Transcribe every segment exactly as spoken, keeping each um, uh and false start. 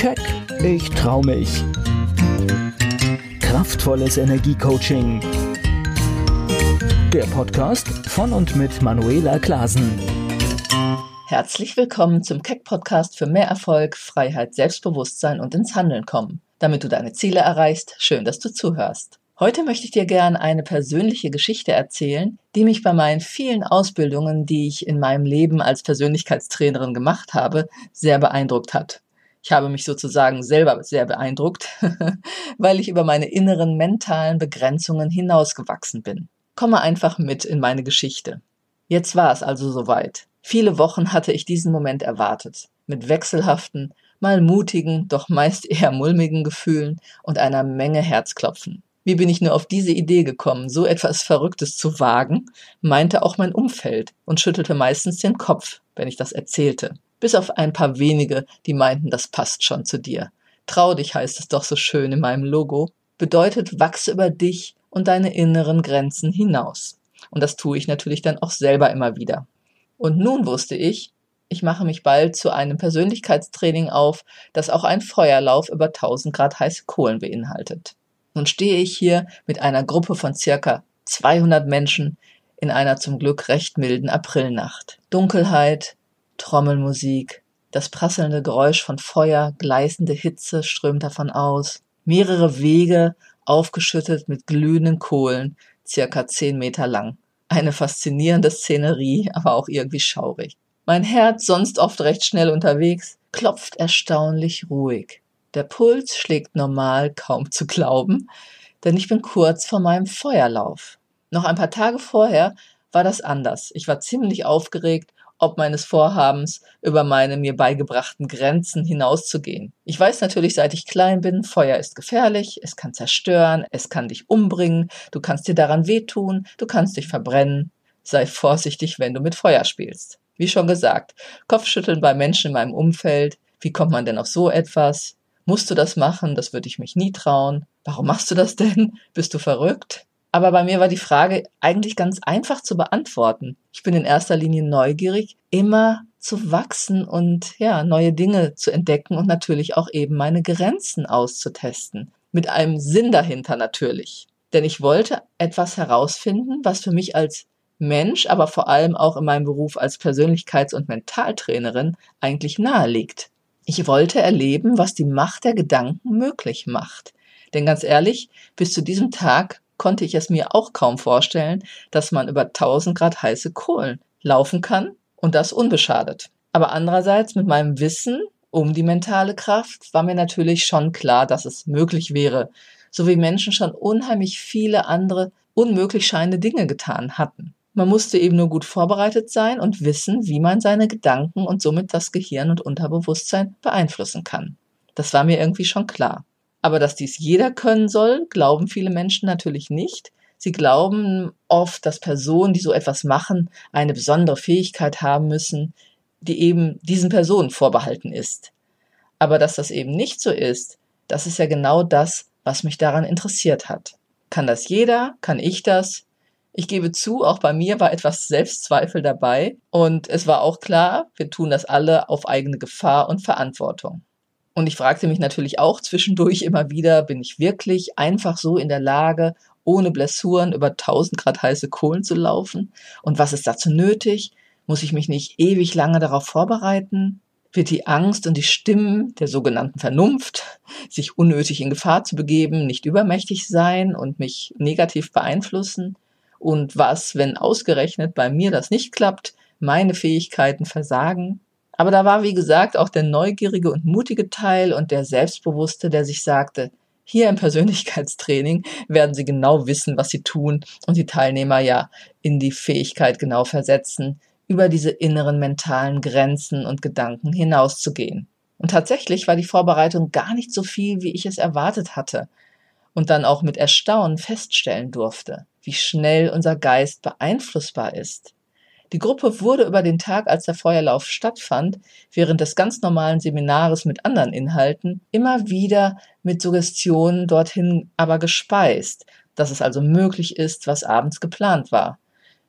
Keck, ich trau mich. Kraftvolles Energiecoaching. Der Podcast von und mit Manuela Klasen. Herzlich willkommen zum Keck-Podcast für mehr Erfolg, Freiheit, Selbstbewusstsein und ins Handeln kommen. Damit du deine Ziele erreichst, schön, dass du zuhörst. Heute möchte ich dir gerne eine persönliche Geschichte erzählen, die mich bei meinen vielen Ausbildungen, die ich in meinem Leben als Persönlichkeitstrainerin gemacht habe, sehr beeindruckt hat. Ich habe mich sozusagen selber sehr beeindruckt, weil ich über meine inneren mentalen Begrenzungen hinausgewachsen bin. Komme einfach mit in meine Geschichte. Jetzt war es also soweit. Viele Wochen hatte ich diesen Moment erwartet, mit wechselhaften, mal mutigen, doch meist eher mulmigen Gefühlen und einer Menge Herzklopfen. Wie bin ich nur auf diese Idee gekommen, so etwas Verrücktes zu wagen, meinte auch mein Umfeld und schüttelte meistens den Kopf, wenn ich das erzählte. Bis auf ein paar wenige, die meinten, das passt schon zu dir. Trau dich, heißt es doch so schön in meinem Logo, bedeutet, wachse über dich und deine inneren Grenzen hinaus. Und das tue ich natürlich dann auch selber immer wieder. Und nun wusste ich, ich mache mich bald zu einem Persönlichkeitstraining auf, das auch einen Feuerlauf über tausend Grad heiße Kohlen beinhaltet. Nun stehe ich hier mit einer Gruppe von circa zweihundert Menschen in einer zum Glück recht milden Aprilnacht. Dunkelheit, Trommelmusik, das prasselnde Geräusch von Feuer, gleißende Hitze strömt davon aus, mehrere Wege aufgeschüttet mit glühenden Kohlen, circa zehn Meter lang. Eine faszinierende Szenerie, aber auch irgendwie schaurig. Mein Herz, sonst oft recht schnell unterwegs, klopft erstaunlich ruhig. Der Puls schlägt normal, kaum zu glauben, denn ich bin kurz vor meinem Feuerlauf. Noch ein paar Tage vorher war das anders. Ich war ziemlich aufgeregt, ob meines Vorhabens, über meine mir beigebrachten Grenzen hinauszugehen. Ich weiß natürlich, seit ich klein bin, Feuer ist gefährlich, es kann zerstören, es kann dich umbringen, du kannst dir daran wehtun, du kannst dich verbrennen. Sei vorsichtig, wenn du mit Feuer spielst. Wie schon gesagt, Kopfschütteln bei Menschen in meinem Umfeld. Wie kommt man denn auf so etwas? Musst du das machen? Das würde ich mich nie trauen. Warum machst du das denn? Bist du verrückt? Aber bei mir war die Frage eigentlich ganz einfach zu beantworten. Ich bin in erster Linie neugierig, immer zu wachsen und ja, neue Dinge zu entdecken und natürlich auch eben meine Grenzen auszutesten. Mit einem Sinn dahinter natürlich. Denn ich wollte etwas herausfinden, was für mich als Mensch, aber vor allem auch in meinem Beruf als Persönlichkeits- und Mentaltrainerin eigentlich nahe liegt. Ich wollte erleben, was die Macht der Gedanken möglich macht. Denn ganz ehrlich, bis zu diesem Tag konnte ich es mir auch kaum vorstellen, dass man über tausend Grad heiße Kohlen laufen kann und das unbeschadet. Aber andererseits mit meinem Wissen um die mentale Kraft war mir natürlich schon klar, dass es möglich wäre, so wie Menschen schon unheimlich viele andere unmöglich scheinende Dinge getan hatten. Man musste eben nur gut vorbereitet sein und wissen, wie man seine Gedanken und somit das Gehirn und Unterbewusstsein beeinflussen kann. Das war mir irgendwie schon klar. Aber dass dies jeder können soll, glauben viele Menschen natürlich nicht. Sie glauben oft, dass Personen, die so etwas machen, eine besondere Fähigkeit haben müssen, die eben diesen Personen vorbehalten ist. Aber dass das eben nicht so ist, das ist ja genau das, was mich daran interessiert hat. Kann das jeder? Kann ich das? Ich gebe zu, auch bei mir war etwas Selbstzweifel dabei und es war auch klar, wir tun das alle auf eigene Gefahr und Verantwortung. Und ich fragte mich natürlich auch zwischendurch immer wieder, bin ich wirklich einfach so in der Lage, ohne Blessuren über tausend Grad heiße Kohlen zu laufen? Und was ist dazu nötig? Muss ich mich nicht ewig lange darauf vorbereiten? Wird die Angst und die Stimmen der sogenannten Vernunft, sich unnötig in Gefahr zu begeben, nicht übermächtig sein und mich negativ beeinflussen? Und was, wenn ausgerechnet bei mir das nicht klappt, meine Fähigkeiten versagen? Aber da war, wie gesagt, auch der neugierige und mutige Teil und der Selbstbewusste, der sich sagte, hier im Persönlichkeitstraining werden Sie genau wissen, was Sie tun und die Teilnehmer ja in die Fähigkeit genau versetzen, über diese inneren mentalen Grenzen und Gedanken hinauszugehen. Und tatsächlich war die Vorbereitung gar nicht so viel, wie ich es erwartet hatte. Und dann auch mit Erstaunen feststellen durfte, wie schnell unser Geist beeinflussbar ist. Die Gruppe wurde über den Tag, als der Feuerlauf stattfand, während des ganz normalen Seminares mit anderen Inhalten, immer wieder mit Suggestionen dorthin aber gespeist, dass es also möglich ist, was abends geplant war.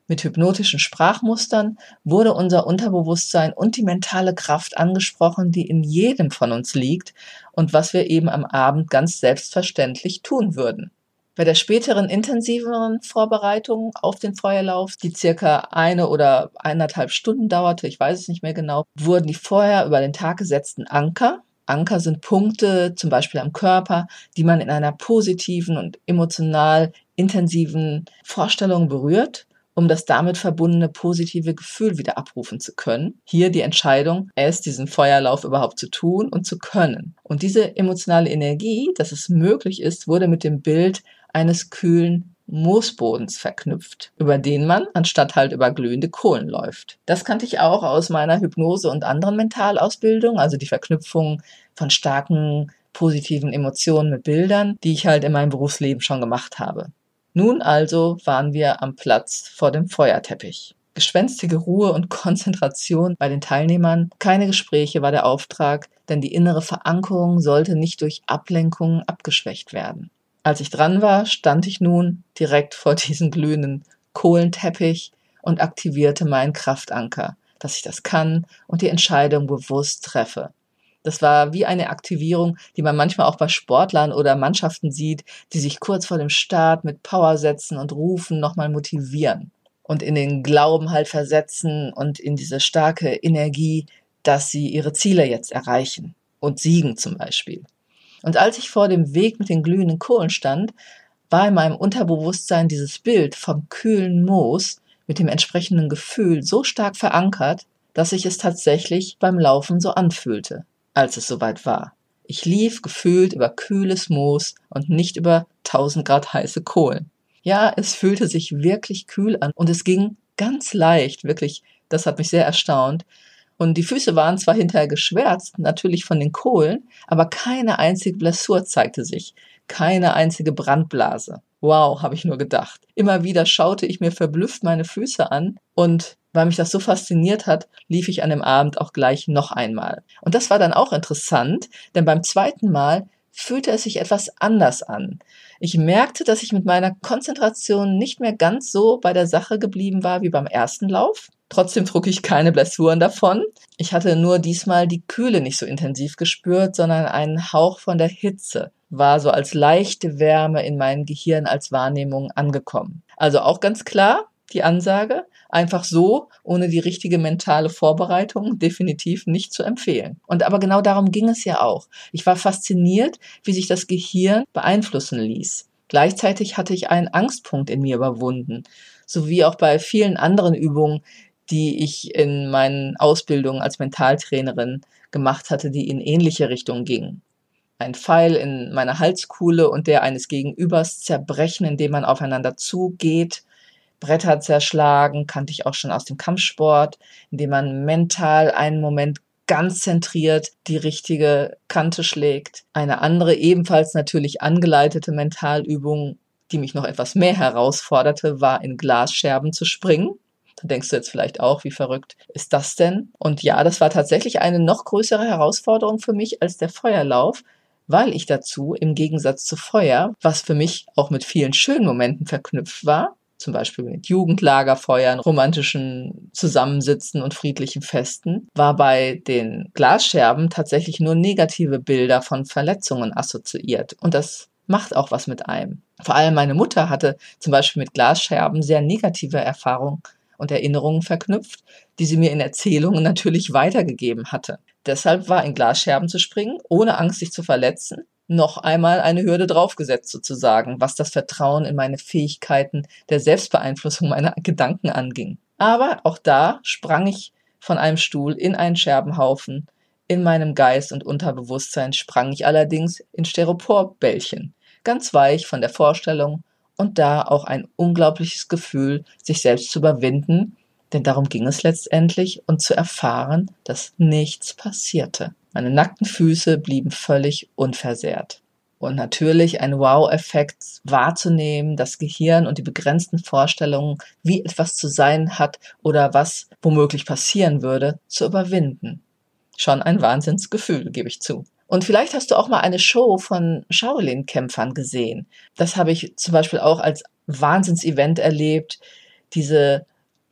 Mit hypnotischen Sprachmustern wurde unser Unterbewusstsein und die mentale Kraft angesprochen, die in jedem von uns liegt und was wir eben am Abend ganz selbstverständlich tun würden. Bei der späteren intensiveren Vorbereitung auf den Feuerlauf, die circa eine oder eineinhalb Stunden dauerte, ich weiß es nicht mehr genau, wurden die vorher über den Tag gesetzten Anker, Anker sind Punkte, zum Beispiel am Körper, die man in einer positiven und emotional intensiven Vorstellung berührt, um das damit verbundene positive Gefühl wieder abrufen zu können. Hier die Entscheidung, es, diesen Feuerlauf überhaupt zu tun und zu können. Und diese emotionale Energie, dass es möglich ist, wurde mit dem Bild eines kühlen Moosbodens verknüpft, über den man anstatt halt über glühende Kohlen läuft. Das kannte ich auch aus meiner Hypnose und anderen Mentalausbildungen, also die Verknüpfung von starken positiven Emotionen mit Bildern, die ich halt in meinem Berufsleben schon gemacht habe. Nun also waren wir am Platz vor dem Feuerteppich. Gespenstige Ruhe und Konzentration bei den Teilnehmern, keine Gespräche war der Auftrag, denn die innere Verankerung sollte nicht durch Ablenkungen abgeschwächt werden. Als ich dran war, stand ich nun direkt vor diesem glühenden Kohlenteppich und aktivierte meinen Kraftanker, dass ich das kann und die Entscheidung bewusst treffe. Das war wie eine Aktivierung, die man manchmal auch bei Sportlern oder Mannschaften sieht, die sich kurz vor dem Start mit Powersätzen und Rufen nochmal motivieren und in den Glauben halt versetzen und in diese starke Energie, dass sie ihre Ziele jetzt erreichen und siegen zum Beispiel. Und als ich vor dem Weg mit den glühenden Kohlen stand, war in meinem Unterbewusstsein dieses Bild vom kühlen Moos mit dem entsprechenden Gefühl so stark verankert, dass sich es tatsächlich beim Laufen so anfühlte, als es soweit war. Ich lief gefühlt über kühles Moos und nicht über tausend Grad heiße Kohlen. Ja, es fühlte sich wirklich kühl an und es ging ganz leicht, wirklich, das hat mich sehr erstaunt. Und die Füße waren zwar hinterher geschwärzt, natürlich von den Kohlen, aber keine einzige Blessur zeigte sich, keine einzige Brandblase. Wow, habe ich nur gedacht. Immer wieder schaute ich mir verblüfft meine Füße an und weil mich das so fasziniert hat, lief ich an dem Abend auch gleich noch einmal. Und das war dann auch interessant, denn beim zweiten Mal fühlte es sich etwas anders an. Ich merkte, dass ich mit meiner Konzentration nicht mehr ganz so bei der Sache geblieben war wie beim ersten Lauf. Trotzdem trug ich keine Blessuren davon. Ich hatte nur diesmal die Kühle nicht so intensiv gespürt, sondern einen Hauch von der Hitze war so als leichte Wärme in meinem Gehirn als Wahrnehmung angekommen. Also auch ganz klar die Ansage, einfach so, ohne die richtige mentale Vorbereitung, definitiv nicht zu empfehlen. Und aber genau darum ging es ja auch. Ich war fasziniert, wie sich das Gehirn beeinflussen ließ. Gleichzeitig hatte ich einen Angstpunkt in mir überwunden, sowie auch bei vielen anderen Übungen, die ich in meinen Ausbildungen als Mentaltrainerin gemacht hatte, die in ähnliche Richtungen gingen. Ein Pfeil in meiner Halskuhle und der eines Gegenübers zerbrechen, indem man aufeinander zugeht, Bretter zerschlagen, kannte ich auch schon aus dem Kampfsport, indem man mental einen Moment ganz zentriert die richtige Kante schlägt. Eine andere, ebenfalls natürlich angeleitete Mentalübung, die mich noch etwas mehr herausforderte, war in Glasscherben zu springen. Da denkst du jetzt vielleicht auch, wie verrückt ist das denn? Und ja, das war tatsächlich eine noch größere Herausforderung für mich als der Feuerlauf, weil ich dazu, im Gegensatz zu Feuer, was für mich auch mit vielen schönen Momenten verknüpft war, zum Beispiel mit Jugendlagerfeuern, romantischen Zusammensitzen und friedlichen Festen, war bei den Glasscherben tatsächlich nur negative Bilder von Verletzungen assoziiert. Und das macht auch was mit einem. Vor allem meine Mutter hatte zum Beispiel mit Glasscherben sehr negative Erfahrungen und Erinnerungen verknüpft, die sie mir in Erzählungen natürlich weitergegeben hatte. Deshalb war in Glasscherben zu springen, ohne Angst, sich zu verletzen, noch einmal eine Hürde draufgesetzt sozusagen, was das Vertrauen in meine Fähigkeiten der Selbstbeeinflussung meiner Gedanken anging. Aber auch da sprang ich von einem Stuhl in einen Scherbenhaufen. In meinem Geist und Unterbewusstsein sprang ich allerdings in Styroporbällchen, ganz weich von der Vorstellung und da auch ein unglaubliches Gefühl, sich selbst zu überwinden, denn darum ging es letztendlich und zu erfahren, dass nichts passierte. Meine nackten Füße blieben völlig unversehrt. Und natürlich ein Wow-Effekt wahrzunehmen, das Gehirn und die begrenzten Vorstellungen, wie etwas zu sein hat oder was womöglich passieren würde, zu überwinden. Schon ein Wahnsinnsgefühl, gebe ich zu. Und vielleicht hast du auch mal eine Show von Shaolin-Kämpfern gesehen. Das habe ich zum Beispiel auch als Wahnsinnsevent erlebt. Diese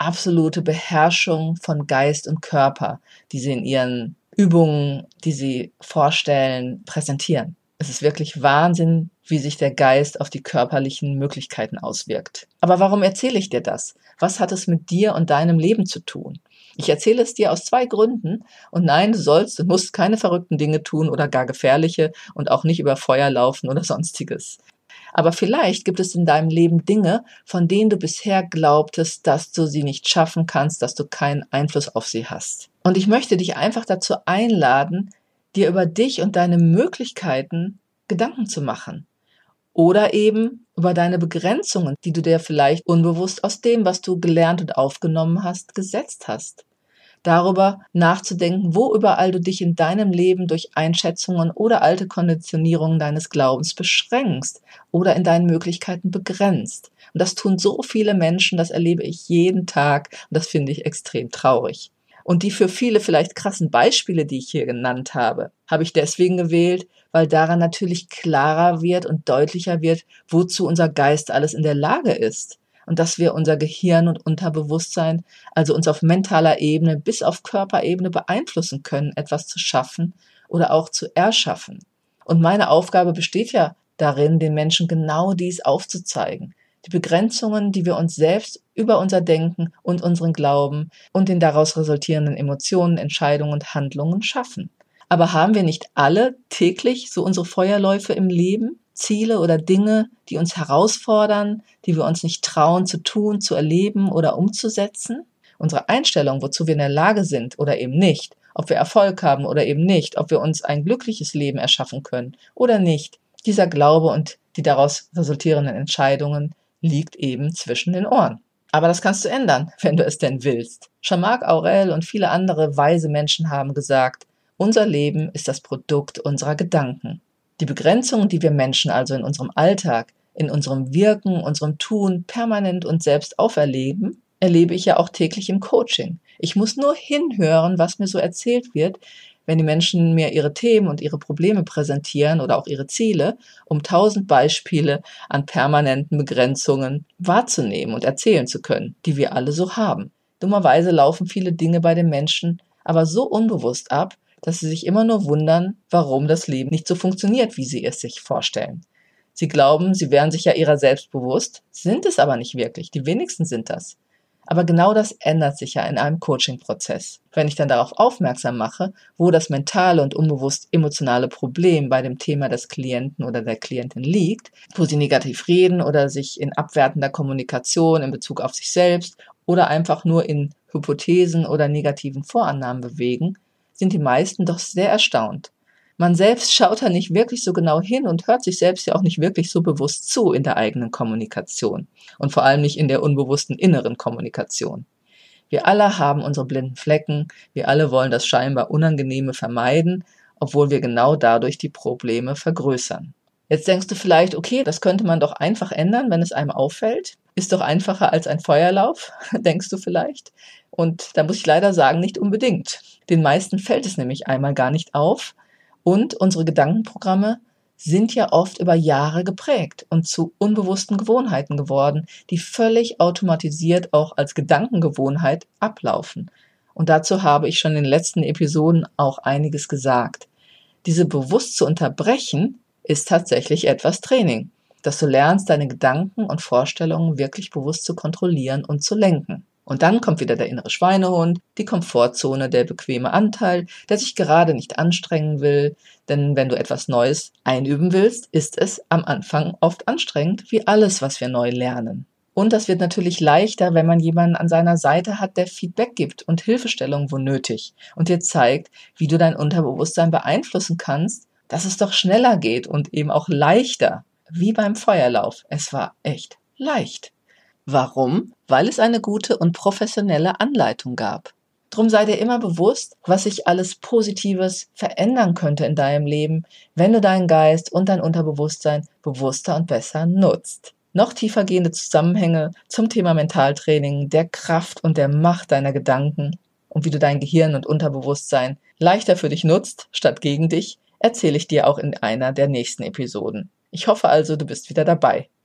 absolute Beherrschung von Geist und Körper, die sie in ihren Übungen, die sie vorstellen, präsentieren. Es ist wirklich Wahnsinn, wie sich der Geist auf die körperlichen Möglichkeiten auswirkt. Aber warum erzähle ich dir das? Was hat es mit dir und deinem Leben zu tun? Ich erzähle es dir aus zwei Gründen. Und nein, du sollst und musst keine verrückten Dinge tun oder gar gefährliche und auch nicht über Feuer laufen oder sonstiges. Aber vielleicht gibt es in deinem Leben Dinge, von denen du bisher glaubtest, dass du sie nicht schaffen kannst, dass du keinen Einfluss auf sie hast. Und ich möchte dich einfach dazu einladen, dir über dich und deine Möglichkeiten Gedanken zu machen. Oder eben über deine Begrenzungen, die du dir vielleicht unbewusst aus dem, was du gelernt und aufgenommen hast, gesetzt hast. Darüber nachzudenken, wo überall du dich in deinem Leben durch Einschätzungen oder alte Konditionierungen deines Glaubens beschränkst oder in deinen Möglichkeiten begrenzt. Und das tun so viele Menschen, das erlebe ich jeden Tag und das finde ich extrem traurig. Und die für viele vielleicht krassen Beispiele, die ich hier genannt habe, habe ich deswegen gewählt, weil daran natürlich klarer wird und deutlicher wird, wozu unser Geist alles in der Lage ist. Und dass wir unser Gehirn und Unterbewusstsein, also uns auf mentaler Ebene bis auf Körperebene beeinflussen können, etwas zu schaffen oder auch zu erschaffen. Und meine Aufgabe besteht ja darin, den Menschen genau dies aufzuzeigen. Die Begrenzungen, die wir uns selbst über unser Denken und unseren Glauben und den daraus resultierenden Emotionen, Entscheidungen und Handlungen schaffen. Aber haben wir nicht alle täglich so unsere Feuerläufe im Leben? Ziele oder Dinge, die uns herausfordern, die wir uns nicht trauen zu tun, zu erleben oder umzusetzen? Unsere Einstellung, wozu wir in der Lage sind oder eben nicht, ob wir Erfolg haben oder eben nicht, ob wir uns ein glückliches Leben erschaffen können oder nicht, dieser Glaube und die daraus resultierenden Entscheidungen liegt eben zwischen den Ohren. Aber das kannst du ändern, wenn du es denn willst. Schon Marc Aurèle und viele andere weise Menschen haben gesagt, unser Leben ist das Produkt unserer Gedanken. Die Begrenzungen, die wir Menschen also in unserem Alltag, in unserem Wirken, unserem Tun permanent uns selbst auferleben, erlebe ich ja auch täglich im Coaching. Ich muss nur hinhören, was mir so erzählt wird, wenn die Menschen mir ihre Themen und ihre Probleme präsentieren oder auch ihre Ziele, um tausend Beispiele an permanenten Begrenzungen wahrzunehmen und erzählen zu können, die wir alle so haben. Dummerweise laufen viele Dinge bei den Menschen aber so unbewusst ab, dass sie sich immer nur wundern, warum das Leben nicht so funktioniert, wie sie es sich vorstellen. Sie glauben, sie wären sich ja ihrer selbst bewusst, sind es aber nicht wirklich, die wenigsten sind das. Aber genau das ändert sich ja in einem Coaching-Prozess. Wenn ich dann darauf aufmerksam mache, wo das mentale und unbewusst emotionale Problem bei dem Thema des Klienten oder der Klientin liegt, wo sie negativ reden oder sich in abwertender Kommunikation in Bezug auf sich selbst oder einfach nur in Hypothesen oder negativen Vorannahmen bewegen, sind die meisten doch sehr erstaunt. Man selbst schaut da nicht wirklich so genau hin und hört sich selbst ja auch nicht wirklich so bewusst zu in der eigenen Kommunikation und vor allem nicht in der unbewussten inneren Kommunikation. Wir alle haben unsere blinden Flecken, wir alle wollen das scheinbar Unangenehme vermeiden, obwohl wir genau dadurch die Probleme vergrößern. Jetzt denkst du vielleicht, okay, das könnte man doch einfach ändern, wenn es einem auffällt. Ist doch einfacher als ein Feuerlauf, denkst du vielleicht. Und da muss ich leider sagen, nicht unbedingt. Den meisten fällt es nämlich einmal gar nicht auf. Und unsere Gedankenprogramme sind ja oft über Jahre geprägt und zu unbewussten Gewohnheiten geworden, die völlig automatisiert auch als Gedankengewohnheit ablaufen. Und dazu habe ich schon in den letzten Episoden auch einiges gesagt. Diese bewusst zu unterbrechen, ist tatsächlich etwas Training, dass du lernst, deine Gedanken und Vorstellungen wirklich bewusst zu kontrollieren und zu lenken. Und dann kommt wieder der innere Schweinehund, die Komfortzone, der bequeme Anteil, der sich gerade nicht anstrengen will. Denn wenn du etwas Neues einüben willst, ist es am Anfang oft anstrengend, wie alles, was wir neu lernen. Und das wird natürlich leichter, wenn man jemanden an seiner Seite hat, der Feedback gibt und Hilfestellung, wo nötig, und dir zeigt, wie du dein Unterbewusstsein beeinflussen kannst, dass es doch schneller geht und eben auch leichter, wie beim Feuerlauf. Es war echt leicht. Warum? Weil es eine gute und professionelle Anleitung gab. Drum sei dir immer bewusst, was sich alles Positives verändern könnte in deinem Leben, wenn du deinen Geist und dein Unterbewusstsein bewusster und besser nutzt. Noch tiefergehende Zusammenhänge zum Thema Mentaltraining, der Kraft und der Macht deiner Gedanken und wie du dein Gehirn und Unterbewusstsein leichter für dich nutzt, statt gegen dich, erzähle ich dir auch in einer der nächsten Episoden. Ich hoffe also, du bist wieder dabei.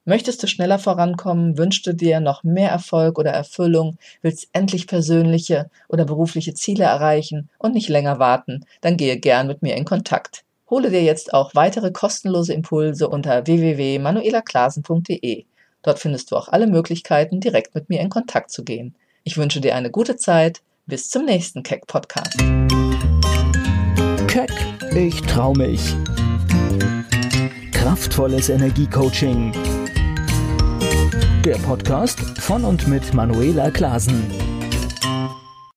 Möchtest du schneller vorankommen, wünschst du dir noch mehr Erfolg oder Erfüllung, willst endlich persönliche oder berufliche Ziele erreichen und nicht länger warten, dann gehe gern mit mir in Kontakt. Hole dir jetzt auch weitere kostenlose Impulse unter w w w punkt manuela klasen punkt d e. Dort findest du auch alle Möglichkeiten, direkt mit mir in Kontakt zu gehen. Ich wünsche dir eine gute Zeit. Bis zum nächsten Keck-Podcast. Keck, ich trau mich. Kraftvolles Energiecoaching. Der Podcast von und mit Manuela Klasen.